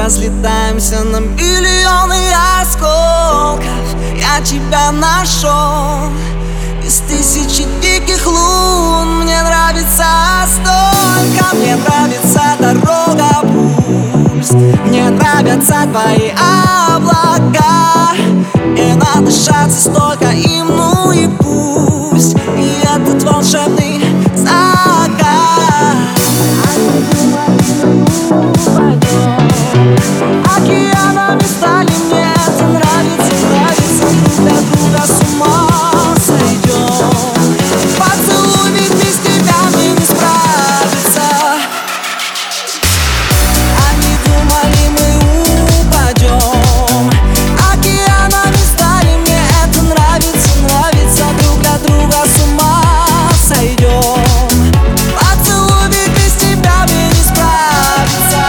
разлетаемся на миллионы осколков. Я тебя нашел из тысячи диких лун. Мне нравится столько, мне нравится дорога, пульс. Мне нравятся твои облака, и надышаться столько им, ну и пусть. И этот волшебный закат. Океанами стали, мне это нравится, нравится. Друг для друга с ума сойдем. Поцелуй, ведь без тебя мне не справиться. Они думали, мы упадем. Океанами стали, мне это нравится, нравится. Друг для друга с ума сойдем. Поцелуй, ведь без тебя мне не справиться.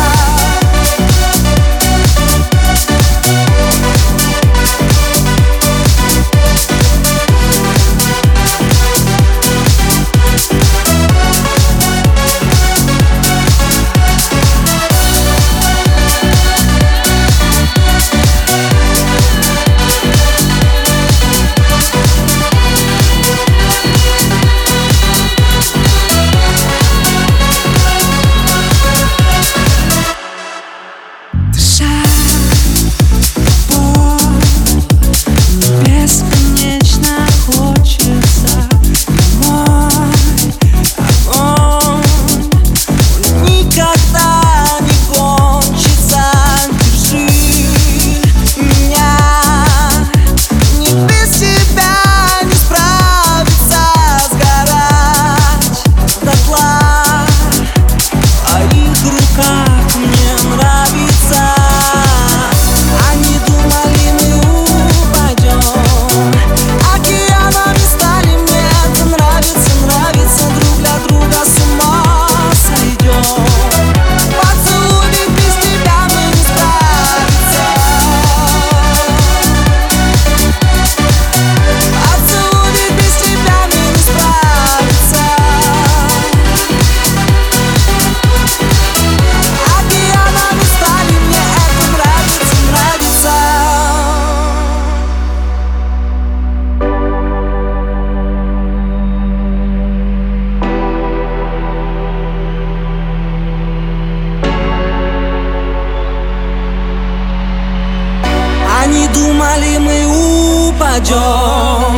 Они думали, мы упадем.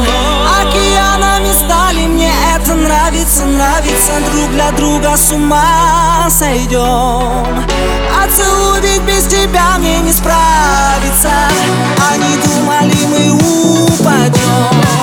Океанами стали, мне это нравится, нравится. Друг для друга с ума сойдем. Поцелуй, ведь без тебя мне не справиться. Они думали, мы упадем.